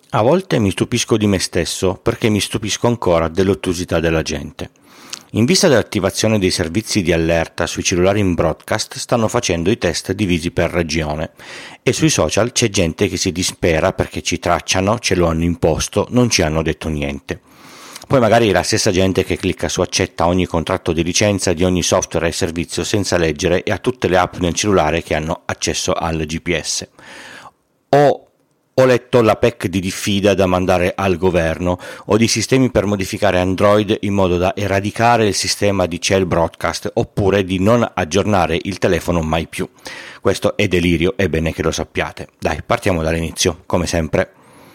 A volte mi stupisco di me stesso perché mi stupisco ancora dell'ottusità della gente. In vista dell'attivazione dei servizi di allerta sui cellulari in broadcast stanno facendo i test divisi per regione e sui social c'è gente che si dispera perché ci tracciano, ce lo hanno imposto, non ci hanno detto niente. Poi magari è la stessa gente che clicca su accetta ogni contratto di licenza di ogni software e servizio senza leggere e a tutte le app nel cellulare che hanno accesso al GPS. Ho letto la PEC di diffida da mandare al governo o di sistemi per modificare Android in modo da eradicare il sistema di cell broadcast oppure di non aggiornare il telefono mai più. Questo è delirio, è bene che lo sappiate. Dai, partiamo dall'inizio, come sempre.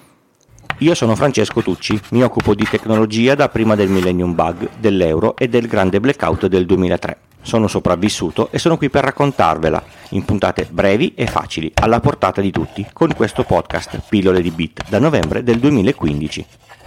Io sono Francesco Tucci, mi occupo di tecnologia da prima del Millennium Bug, dell'euro e del grande blackout del 2003. Sono sopravvissuto e sono qui per raccontarvela, in puntate brevi e facili, alla portata di tutti, con questo podcast Pillole di Bit, da novembre del 2015.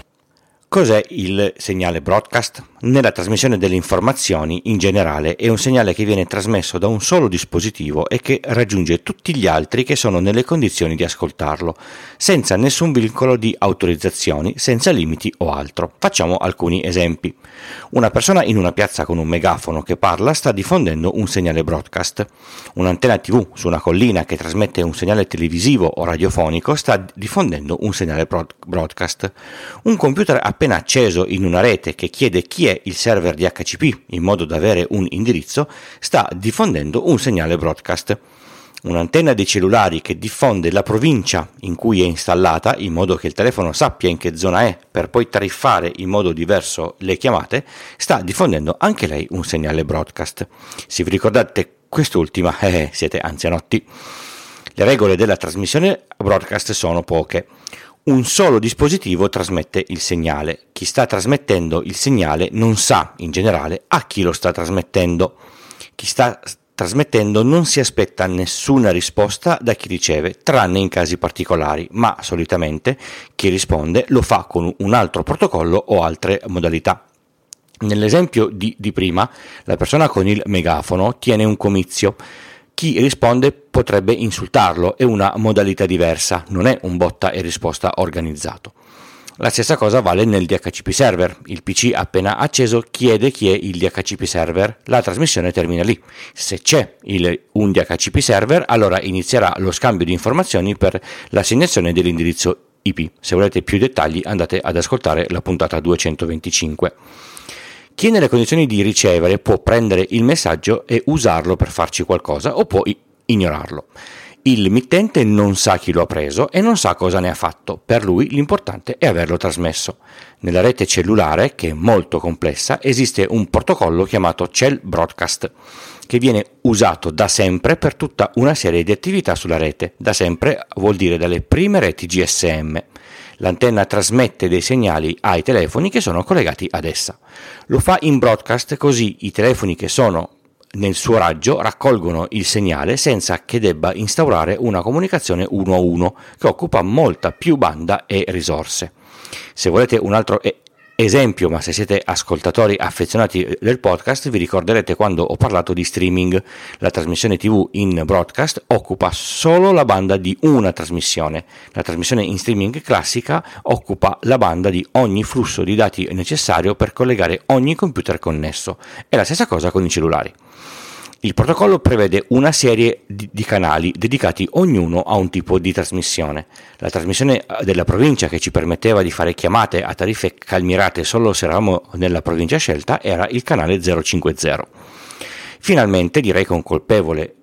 Cos'è il segnale broadcast? Nella trasmissione delle informazioni, in generale, è un segnale che viene trasmesso da un solo dispositivo e che raggiunge tutti gli altri che sono nelle condizioni di ascoltarlo, senza nessun vincolo di autorizzazioni, senza limiti o altro. Facciamo alcuni esempi. Una persona in una piazza con un megafono che parla sta diffondendo un segnale broadcast. Un'antenna TV su una collina che trasmette un segnale televisivo o radiofonico sta diffondendo un segnale broadcast. Un computer appena acceso in una rete che chiede chi è il server di DHCP in modo da avere un indirizzo sta diffondendo un segnale broadcast. Un'antenna dei cellulari che diffonde la provincia in cui è installata in modo che il telefono sappia in che zona è per poi tariffare in modo diverso le chiamate sta diffondendo anche lei un segnale broadcast. Se vi ricordate quest'ultima, siete anzianotti. Le regole della trasmissione broadcast sono poche. Un solo dispositivo trasmette il segnale. Chi sta trasmettendo il segnale non sa, in generale, a chi lo sta trasmettendo. Chi sta trasmettendo non si aspetta nessuna risposta da chi riceve, tranne in casi particolari, ma solitamente chi risponde lo fa con un altro protocollo o altre modalità. Nell'esempio di prima, la persona con il megafono tiene un comizio. Chi risponde potrebbe insultarlo, è una modalità diversa, non è un botta e risposta organizzato. La stessa cosa vale nel DHCP server. Il PC appena acceso chiede chi è il DHCP server, la trasmissione termina lì. Se c'è un DHCP server, allora inizierà lo scambio di informazioni per l'assegnazione dell'indirizzo IP. Se volete più dettagli andate ad ascoltare la puntata 225. Chi è nelle condizioni di ricevere può prendere il messaggio e usarlo per farci qualcosa o può ignorarlo. Il mittente non sa chi lo ha preso e non sa cosa ne ha fatto, per lui l'importante è averlo trasmesso. Nella rete cellulare, che è molto complessa, esiste un protocollo chiamato Cell Broadcast, che viene usato da sempre per tutta una serie di attività sulla rete. Da sempre vuol dire dalle prime reti GSM. L'antenna trasmette dei segnali ai telefoni che sono collegati ad essa. Lo fa in broadcast così i telefoni che sono nel suo raggio raccolgono il segnale senza che debba instaurare una comunicazione uno a uno che occupa molta più banda e risorse. Se volete un altro esempio, ma se siete ascoltatori affezionati del podcast vi ricorderete quando ho parlato di streaming. La trasmissione TV in broadcast occupa solo la banda di una trasmissione. La trasmissione in streaming classica occupa la banda di ogni flusso di dati necessario per collegare ogni computer connesso. È la stessa cosa con i cellulari. Il protocollo prevede una serie di canali dedicati ognuno a un tipo di trasmissione. La trasmissione della provincia che ci permetteva di fare chiamate a tariffe calmierate solo se eravamo nella provincia scelta era il canale 050. Finalmente, direi con colpevole,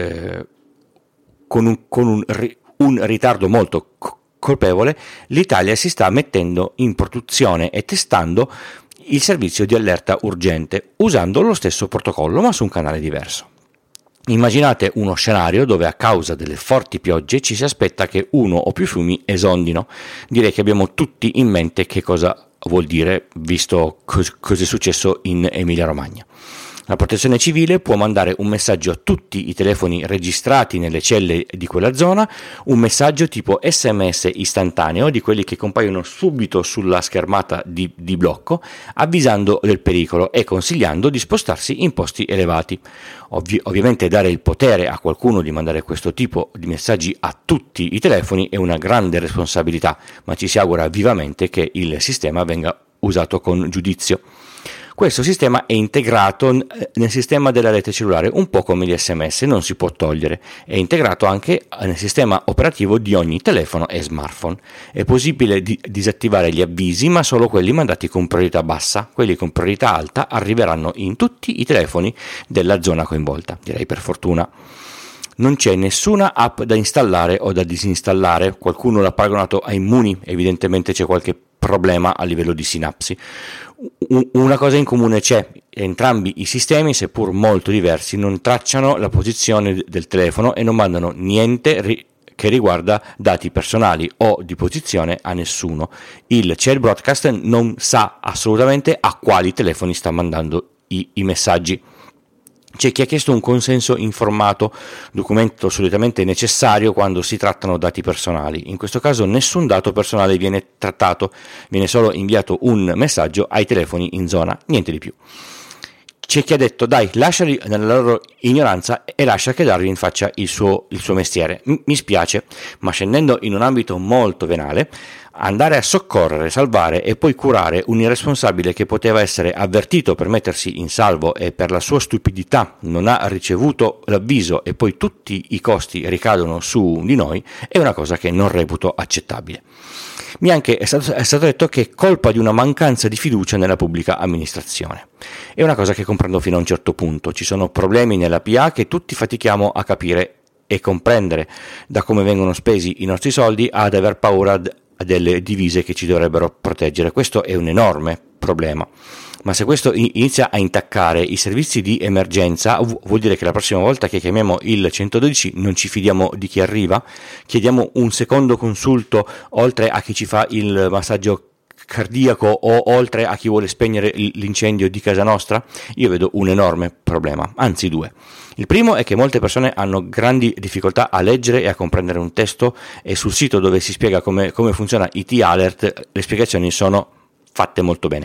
con un ritardo molto colpevole, l'Italia si sta mettendo in produzione e testando il servizio di allerta urgente usando lo stesso protocollo ma su un canale diverso. Immaginate uno scenario dove a causa delle forti piogge ci si aspetta che uno o più fiumi esondino. Direi che abbiamo tutti in mente che cosa vuol dire visto cosa è successo in Emilia Romagna. La protezione civile può mandare un messaggio a tutti i telefoni registrati nelle celle di quella zona, un messaggio tipo SMS istantaneo, di quelli che compaiono subito sulla schermata di blocco, avvisando del pericolo e consigliando di spostarsi in posti elevati. Ovviamente dare il potere a qualcuno di mandare questo tipo di messaggi a tutti i telefoni è una grande responsabilità, ma ci si augura vivamente che il sistema venga usato con giudizio. Questo sistema è integrato nel sistema della rete cellulare, un po' come gli SMS, non si può togliere. È integrato anche nel sistema operativo di ogni telefono e smartphone. È possibile disattivare gli avvisi, ma solo quelli mandati con priorità bassa. Quelli con priorità alta arriveranno in tutti i telefoni della zona coinvolta, direi per fortuna. Non c'è nessuna app da installare o da disinstallare. Qualcuno l'ha paragonato a Immuni, evidentemente c'è qualche problema a livello di sinapsi. Una cosa in comune c'è: entrambi i sistemi, seppur molto diversi, non tracciano la posizione del telefono e non mandano niente che riguarda dati personali o di posizione a nessuno. Il Cell Broadcast non sa assolutamente a quali telefoni sta mandando i messaggi. C'è chi ha chiesto un consenso informato, documento solitamente necessario quando si trattano dati personali. In questo caso nessun dato personale viene trattato, viene solo inviato un messaggio ai telefoni in zona, niente di più. C'è chi ha detto: dai, lasciali nella loro ignoranza e lascia che Darwin faccia il suo mestiere. Mi spiace, ma scendendo in un ambito molto venale, andare a soccorrere, salvare e poi curare un irresponsabile che poteva essere avvertito per mettersi in salvo e per la sua stupidità non ha ricevuto l'avviso e poi tutti i costi ricadono su di noi, è una cosa che non reputo accettabile. È stato detto che è colpa di una mancanza di fiducia nella pubblica amministrazione. È una cosa che comprendo fino a un certo punto. Ci sono problemi nella PA che tutti fatichiamo a capire e comprendere, da come vengono spesi i nostri soldi ad aver paura delle divise che ci dovrebbero proteggere. Questo è un enorme problema. Ma se questo inizia a intaccare i servizi di emergenza, vuol dire che la prossima volta che chiamiamo il 112 non ci fidiamo di chi arriva, chiediamo un secondo consulto oltre a chi ci fa il massaggio cardiaco o oltre a chi vuole spegnere l'incendio di casa nostra. Io vedo un enorme problema, anzi due. Il primo è che molte persone hanno grandi difficoltà a leggere e a comprendere un testo, e sul sito dove si spiega come funziona IT Alert le spiegazioni sono fatte molto bene.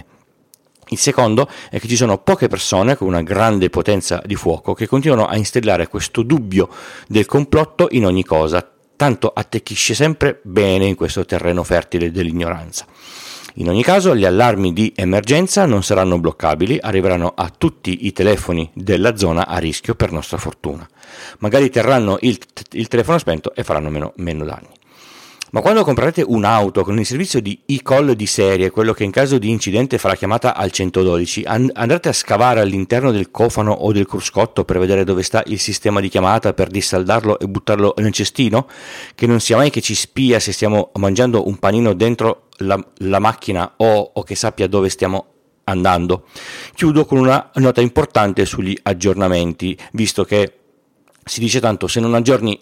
Il secondo è che ci sono poche persone con una grande potenza di fuoco che continuano a instillare questo dubbio del complotto in ogni cosa, tanto attecchisce sempre bene in questo terreno fertile dell'ignoranza. In ogni caso, gli allarmi di emergenza non saranno bloccabili, arriveranno a tutti i telefoni della zona a rischio, per nostra fortuna. Magari terranno il telefono spento e faranno meno danni. Ma quando comprerete un'auto con il servizio di e-call di serie, quello che in caso di incidente fa la chiamata al 112, andrete a scavare all'interno del cofano o del cruscotto per vedere dove sta il sistema di chiamata, per dissaldarlo e buttarlo nel cestino? Che non sia mai che ci spia se stiamo mangiando un panino dentro la macchina o che sappia dove stiamo andando. Chiudo con una nota importante sugli aggiornamenti, visto che si dice tanto: se non aggiorni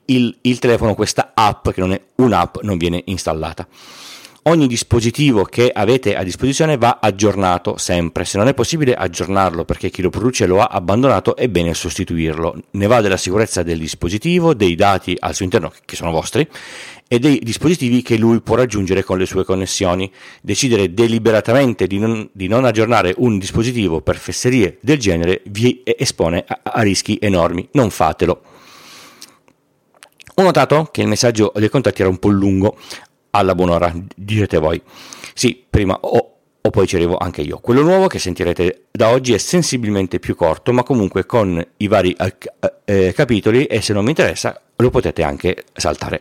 il telefono, questa app, che non è un'app, non viene installata. Ogni dispositivo che avete a disposizione va aggiornato sempre. Se non è possibile aggiornarlo perché chi lo produce lo ha abbandonato, è bene sostituirlo. Ne va della sicurezza del dispositivo, dei dati al suo interno che sono vostri e dei dispositivi che lui può raggiungere con le sue connessioni. Decidere deliberatamente di non aggiornare un dispositivo per fesserie del genere vi espone a rischi enormi. Non fatelo. Ho notato che il messaggio dei contatti era un po' lungo. Alla buon'ora, direte voi. Sì, prima o poi ci arrivo anche io. Quello nuovo che sentirete da oggi è sensibilmente più corto, ma comunque con i vari capitoli, e se non mi interessa lo potete anche saltare.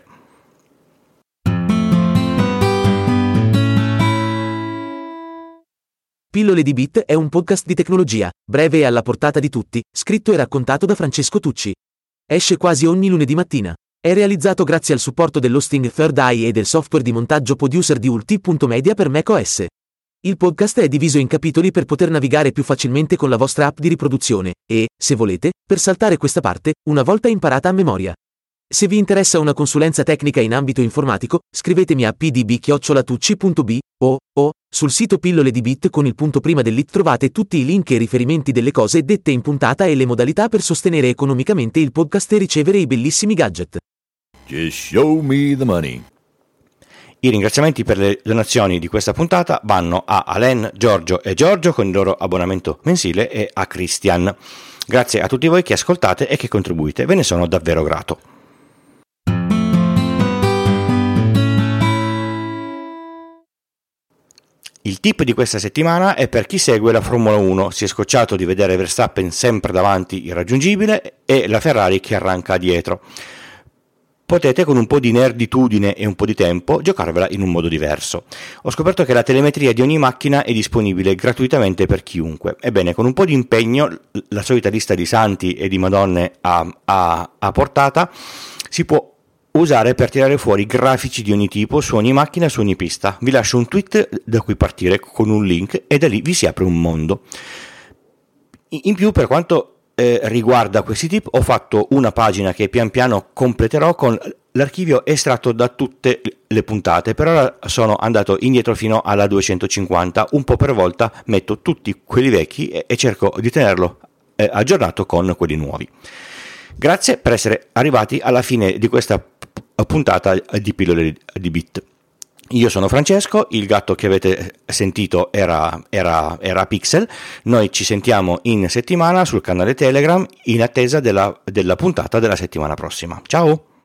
Pillole di Bit è un podcast di tecnologia, breve e alla portata di tutti, scritto e raccontato da Francesco Tucci. Esce quasi ogni lunedì mattina. È realizzato grazie al supporto dell'hosting Third Eye e del software di montaggio producer di Ulti.media per macOS. Il podcast è diviso in capitoli per poter navigare più facilmente con la vostra app di riproduzione e, se volete, per saltare questa parte, una volta imparata a memoria. Se vi interessa una consulenza tecnica in ambito informatico, scrivetemi a pdb@tucci.b o sul sito Pillole di Bit con il punto prima dell'it trovate tutti i link e riferimenti delle cose dette in puntata e le modalità per sostenere economicamente il podcast e ricevere i bellissimi gadget. Just show me the money. I ringraziamenti per le donazioni di questa puntata vanno a Alain, Giorgio e Giorgio con il loro abbonamento mensile e a Christian. Grazie a tutti voi che ascoltate e che contribuite, ve ne sono davvero grato. Il tip di questa settimana è per chi segue la Formula 1, si è scocciato di vedere Verstappen sempre davanti irraggiungibile e la Ferrari che arranca dietro. Potete con un po' di nerditudine e un po' di tempo giocarvela in un modo diverso. Ho scoperto che la telemetria di ogni macchina è disponibile gratuitamente per chiunque. Ebbene, con un po' di impegno, la solita lista di santi e di madonne a portata si può usare per tirare fuori grafici di ogni tipo su ogni macchina, su ogni pista. Vi lascio un tweet da cui partire con un link e da lì vi si apre un mondo. In più, per quanto riguarda questi tip, ho fatto una pagina che pian piano completerò con l'archivio estratto da tutte le puntate. Per ora sono andato indietro fino alla 250, un po' per volta metto tutti quelli vecchi e cerco di tenerlo aggiornato con quelli nuovi. Grazie per essere arrivati alla fine di questa puntata di Pillole di Bit. Io sono Francesco, il gatto che avete sentito era Pixel. Noi ci sentiamo in settimana sul canale Telegram in attesa della puntata della settimana prossima. Ciao!